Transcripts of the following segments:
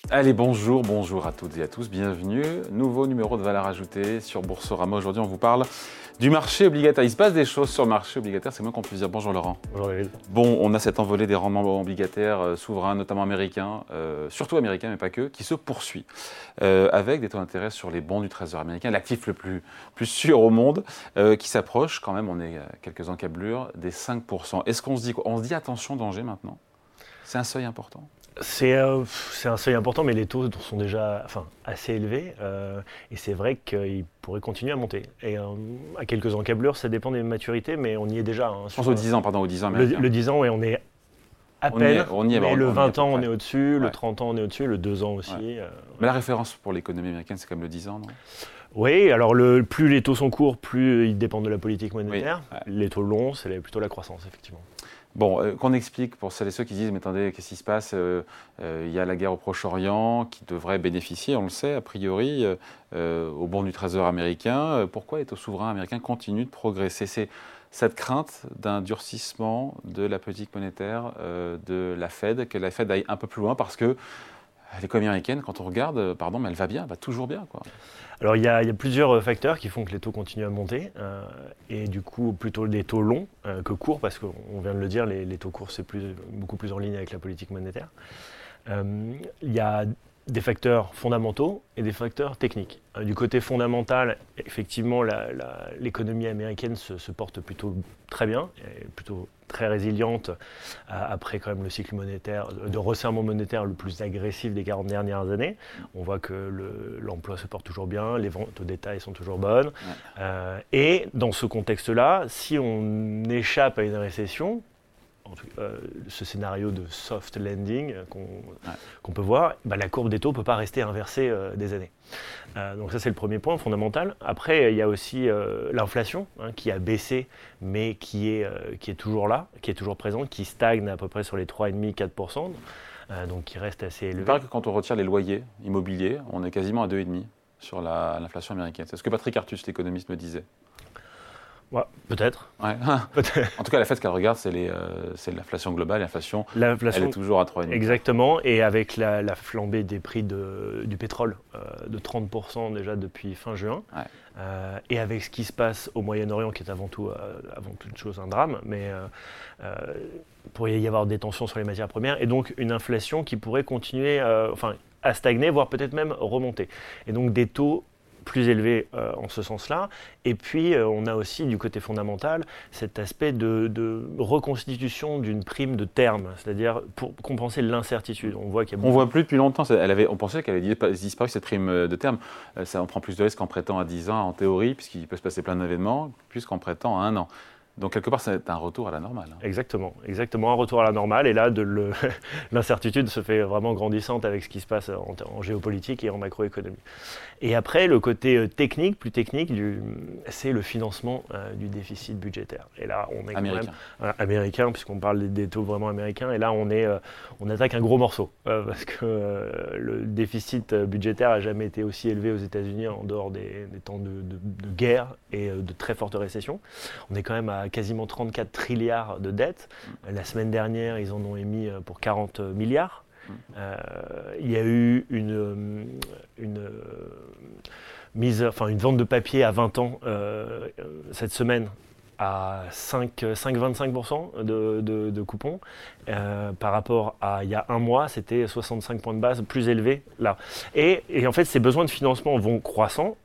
Allez, bonjour à toutes et à tous, bienvenue. Nouveau numéro de Valeurs Ajoutées sur Boursorama. Aujourd'hui, on vous parle du marché obligataire. Il se passe des choses sur le marché obligataire, c'est moins qu'on puisse dire. Bonjour Laurent. Bonjour David. Bon, on a cette envolée des rendements obligataires souverains, notamment américains, surtout américains, mais pas que, qui se poursuit. Avec des taux d'intérêt sur les bons du Trésor américain, l'actif le plus sûr au monde, qui s'approche quand même, on est à quelques encablures, des 5%. Est-ce qu'on se dit quoi? On se dit attention, danger maintenant? C'est un seuil important? C'est un seuil important, mais les taux sont déjà assez élevés. Et c'est vrai qu'ils pourraient continuer à monter. Et à quelques encablures, ça dépend des maturités, mais on y est déjà. Je pense aux 10 ans, pardon, aux 10 ans américains. Le 10 ans, et on est à peine. Mais le 20 ans, on est au-dessus. Le 30 ans, on est au-dessus. Le 2 ans aussi. Ouais. Mais la référence pour l'économie américaine, c'est quand même le 10 ans, non? Oui, alors plus les taux sont courts, plus ils dépendent de la politique monétaire. Oui. Les taux longs, c'est plutôt la croissance, effectivement. Bon, qu'on explique pour celles et ceux qui disent « mais attendez, qu'est-ce qui se passe ?» Il y a la guerre au Proche-Orient qui devrait bénéficier, on le sait, a priori, au bond du Trésor américain. Pourquoi les taux souverains américains continuent de progresser? C'est cette crainte d'un durcissement de la politique monétaire de la Fed, que la Fed aille un peu plus loin parce que l'économie américaine, quand on regarde, mais elle va bien, elle va toujours bien, quoi. Alors il y a plusieurs facteurs qui font que les taux continuent à monter, et du coup plutôt des taux longs que courts, parce qu'on vient de le dire, les taux courts c'est beaucoup plus en ligne avec la politique monétaire. Il y a des facteurs fondamentaux et des facteurs techniques. Du côté fondamental, effectivement, l'économie américaine se porte plutôt très bien, et plutôt très résiliente après quand même le cycle monétaire, de resserrement monétaire le plus agressif des 40 dernières années. On voit que l'emploi se porte toujours bien, les ventes au détail sont toujours bonnes. Ouais. Et dans ce contexte-là, si on échappe à une récession, ce scénario de soft landing qu'on peut voir, la courbe des taux ne peut pas rester inversée des années. Donc ça c'est le premier point fondamental. Après il y a aussi l'inflation qui a baissé mais qui est toujours là, qui est toujours présente, qui stagne à peu près sur les 3,5-4%, donc qui reste assez élevé. Il paraît que quand on retire les loyers immobiliers, on est quasiment à 2,5% sur l'inflation américaine. C'est ce que Patrick Artus, l'économiste, me disait. Ouais, peut-être. Ouais. En tout cas, la Fed, ce qu'elle regarde, c'est l'inflation globale. L'inflation, elle est toujours à 3,5%. Exactement, et avec la flambée des prix du pétrole de 30% déjà depuis fin juin, et avec ce qui se passe au Moyen-Orient, qui est avant toute chose un drame, mais pourrait y avoir des tensions sur les matières premières, et donc une inflation qui pourrait continuer à stagner, voire peut-être même remonter. Et donc des taux plus élevé en ce sens-là. Et puis, on a aussi, du côté fondamental, cet aspect de reconstitution d'une prime de terme, c'est-à-dire pour compenser l'incertitude. On voit qu'il y a on ne voit plus depuis longtemps. On pensait qu'elle avait disparu, cette prime de terme. On prend plus de risques en prêtant à 10 ans, en théorie, puisqu'il peut se passer plein d'événements, plus qu'en prêtant à 1 an. Donc, quelque part, c'est un retour à la normale. Exactement, un retour à la normale. Et là, l'incertitude se fait vraiment grandissante avec ce qui se passe en géopolitique et en macroéconomie. Et après, le côté plus technique, c'est le financement du déficit budgétaire. Et là, on est américain. Quand même américain, puisqu'on parle des taux vraiment américains. Et là, on attaque un gros morceau, parce que le déficit budgétaire n'a jamais été aussi élevé aux États-Unis en dehors des temps de guerre et de très forte récession. On est quand même à quasiment 34 trilliards de dettes. La semaine dernière, ils en ont émis pour 40 milliards. Il y a eu une vente de papier à 20 ans cette semaine à 5,25% de coupons. Par rapport à il y a un mois, c'était 65 points de base plus élevé là. Et en fait, ces besoins de financement vont croissant.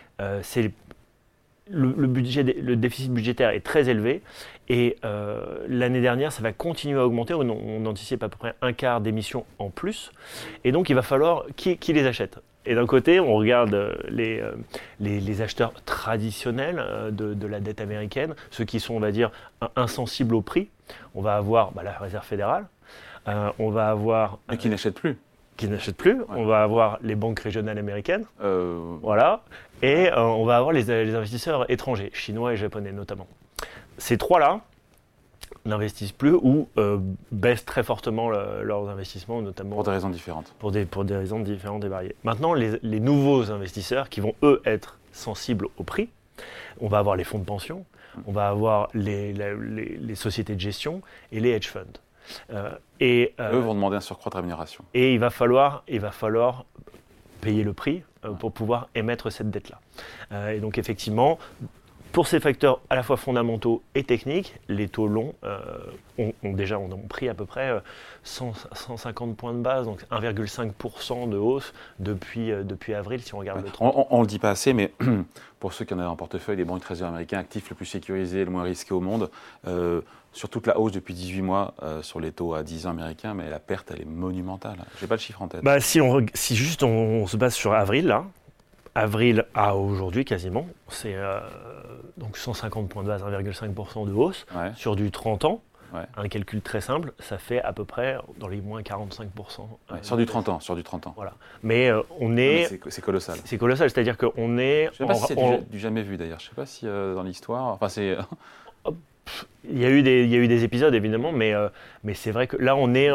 Le déficit budgétaire est très élevé et l'année dernière, ça va continuer à augmenter. On anticipe à peu près un quart d'émissions en plus. Et donc, il va falloir qui les achète. Et d'un côté, on regarde les acheteurs traditionnels de la dette américaine, ceux qui sont, on va dire, insensibles au prix. On va avoir la Réserve fédérale, on va avoir... Mais qui n'achètent plus. Ouais. On va avoir les banques régionales américaines, voilà, et on va avoir les investisseurs étrangers, chinois et japonais notamment. Ces trois-là n'investissent plus ou baissent très fortement leurs investissements, notamment pour des raisons différentes. Pour des raisons différentes et variées. Maintenant, les nouveaux investisseurs qui vont, eux, être sensibles au prix, on va avoir les fonds de pension, on va avoir les sociétés de gestion et les hedge funds. Eux vont demander un surcroît de rémunération. Et il va falloir payer le prix pour pouvoir émettre cette dette-là. Et donc effectivement, pour ces facteurs à la fois fondamentaux et techniques, les taux longs ont pris à peu près 150 points de base, donc 1,5% de hausse depuis avril, si on regarde le 30. On ne le dit pas assez, mais pour ceux qui en ont un portefeuille, les bons du Trésor américain, actifs le plus sécurisé, le moins risqué au monde, sur toute la hausse depuis 18 mois sur les taux à 10 ans américains, mais la perte, elle est monumentale. Je n'ai pas le chiffre en tête. Si juste on se base sur avril, là, avril à aujourd'hui quasiment, c'est donc 150 points de base, 1,5% de hausse sur du 30 ans. Ouais. Un calcul très simple, ça fait à peu près dans les moins 45%. Sur du 30 ans. Voilà. Mais on est... C'est colossal. C'est colossal, c'est-à-dire qu'on est... Je ne sais pas si c'est du jamais vu d'ailleurs. Je ne sais pas si dans l'histoire... Enfin, c'est... Il y a eu des épisodes évidemment, mais c'est vrai que là on est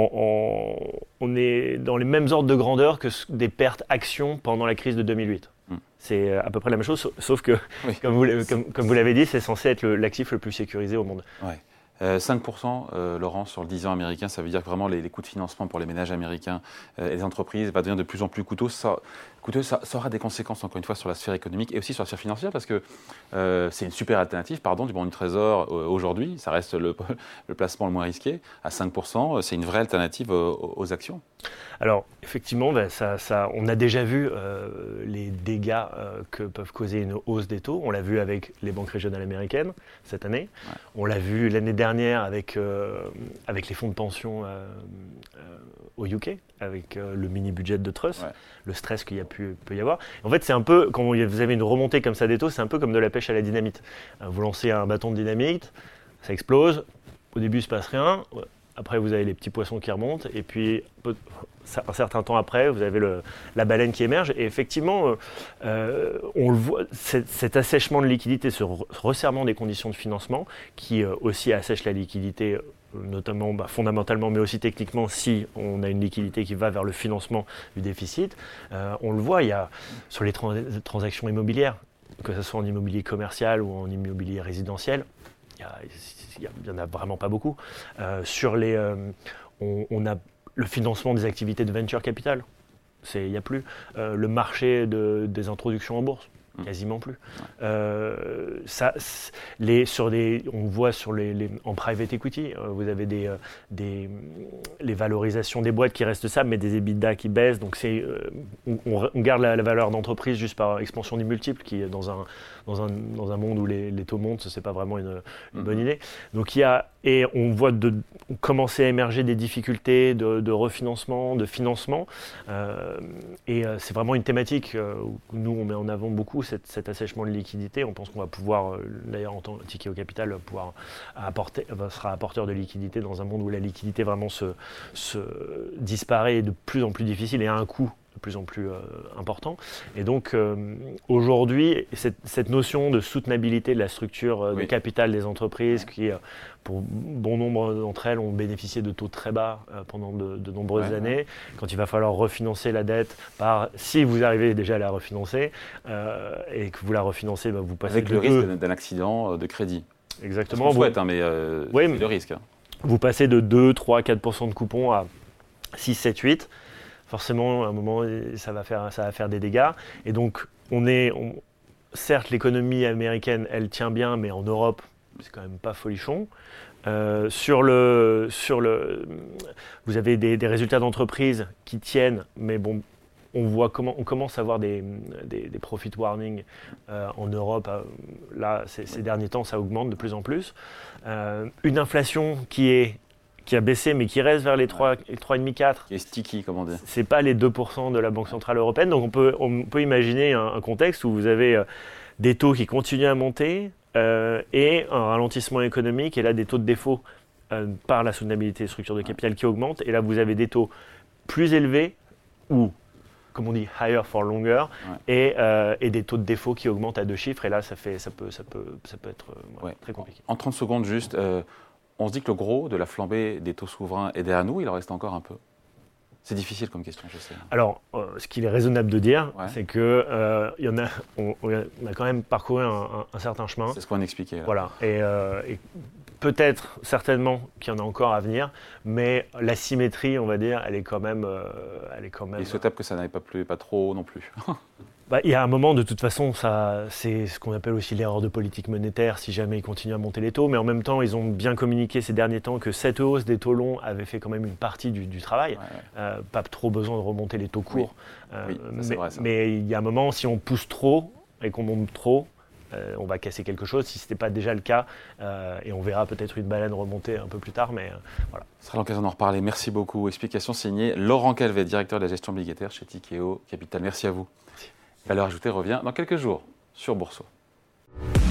dans les mêmes ordres de grandeur que des pertes actions pendant la crise de 2008. C'est à peu près la même chose, sauf que, comme vous l'avez dit, c'est censé être l'actif le plus sécurisé au monde. Ouais. 5%, Laurent, sur le 10 ans américain, ça veut dire que vraiment les coûts de financement pour les ménages américains et les entreprises va devenir de plus en plus coûteux. Ça aura des conséquences, encore une fois, sur la sphère économique et aussi sur la sphère financière, parce que c'est une super alternative, du bon du Trésor aujourd'hui. Ça reste le placement le moins risqué. À 5%, c'est une vraie alternative aux actions. Alors, effectivement, on a déjà vu les dégâts que peuvent causer une hausse des taux. On l'a vu avec les banques régionales américaines cette année. Ouais. On l'a vu l'année dernière avec les fonds de pension au UK, avec le mini-budget de Truss, le stress qu'il peut y avoir. En fait, c'est un peu, quand vous avez une remontée comme ça des taux, c'est un peu comme de la pêche à la dynamite. Vous lancez un bâton de dynamite, ça explose, au début il ne se passe rien, après vous avez les petits poissons qui remontent, et puis un certain temps après, vous avez la baleine qui émerge. Et effectivement, on le voit, cet assèchement de liquidité, ce resserrement des conditions de financement, qui aussi assèche la liquidité, notamment fondamentalement, mais aussi techniquement, si on a une liquidité qui va vers le financement du déficit. On le voit, il y a sur les transactions immobilières, que ce soit en immobilier commercial ou en immobilier résidentiel, il n'y en a vraiment pas beaucoup. On a le financement des activités de venture capital, il n'y a plus. Le marché des introductions en bourse, quasiment plus. On voit en private equity, vous avez les valorisations des boîtes qui restent stables, mais des EBITDA qui baissent. Donc on garde la valeur d'entreprise juste par expansion des multiples, qui dans un monde où les taux montent, ce n'est pas vraiment une bonne idée. Donc on voit commencer à émerger des difficultés de refinancement, de financement. C'est vraiment une thématique où nous, on met en avant beaucoup cet assèchement de liquidité. On pense qu'on va pouvoir, d'ailleurs en tant que Tikehau Capital, sera apporteur de liquidité dans un monde où la liquidité vraiment se disparaît et est de plus en plus difficile et a un coût de plus en plus important. Et donc aujourd'hui, cette notion de soutenabilité de la structure de capital des entreprises qui, pour bon nombre d'entre elles, ont bénéficié de taux très bas pendant de nombreuses années. Quand il va falloir refinancer la dette, si vous arrivez déjà à la refinancer et que vous la refinancez, vous passez avec le risque d'un accident de crédit. Exactement. On souhaite, mais c'est le risque. Vous passez de 2, 3, 4% de coupon à 6, 7, 8. Forcément, à un moment, ça va faire des dégâts. Et donc, certes, l'économie américaine, elle tient bien, mais en Europe, c'est quand même pas folichon. Vous avez des résultats d'entreprise qui tiennent, mais bon, on commence à voir des profit warnings en Europe. Là, ces derniers temps, ça augmente de plus en plus. Une inflation qui a baissé, mais qui reste vers les 3,5-4. Qui est sticky, comme on dit. Ce n'est pas les 2% de la Banque Centrale Européenne. Donc on peut imaginer un contexte où vous avez des taux qui continuent à monter et un ralentissement économique, et là des taux de défaut par la soutenabilité des structures de capital qui augmentent. Et là, vous avez des taux plus élevés ou, comme on dit, higher for longer, et des taux de défaut qui augmentent à 2 chiffres. Et là, ça peut être très compliqué. En 30 secondes, juste... on se dit que le gros de la flambée des taux souverains est derrière nous, il en reste encore un peu. C'est difficile comme question, je sais. Alors, ce qu'il est raisonnable de dire, Ouais. c'est que on a quand même parcouru un certain chemin. C'est ce qu'on expliquait. Là. Voilà. Et peut-être, certainement, qu'il y en a encore à venir, mais la symétrie, on va dire, elle est quand même. Il est souhaitable que ça n'aille pas trop haut non plus. Il y a un moment, de toute façon, c'est ce qu'on appelle aussi l'erreur de politique monétaire, si jamais ils continuent à monter les taux. Mais en même temps, ils ont bien communiqué ces derniers temps que cette hausse des taux longs avait fait quand même une partie du travail. Ouais. Pas trop besoin de remonter les taux courts. Oui, ça, c'est vrai, ça. Mais il y a un moment, si on pousse trop et qu'on monte trop, on va casser quelque chose, si ce n'était pas déjà le cas. Et on verra peut-être une baleine remonter un peu plus tard. Mais voilà. Ce sera l'occasion d'en reparler. Merci beaucoup. Explication signée Laurent Calvet, directeur de la gestion obligataire chez Tikehau Capital. Merci à vous. Valeur ajoutée revient dans quelques jours sur Boursorama.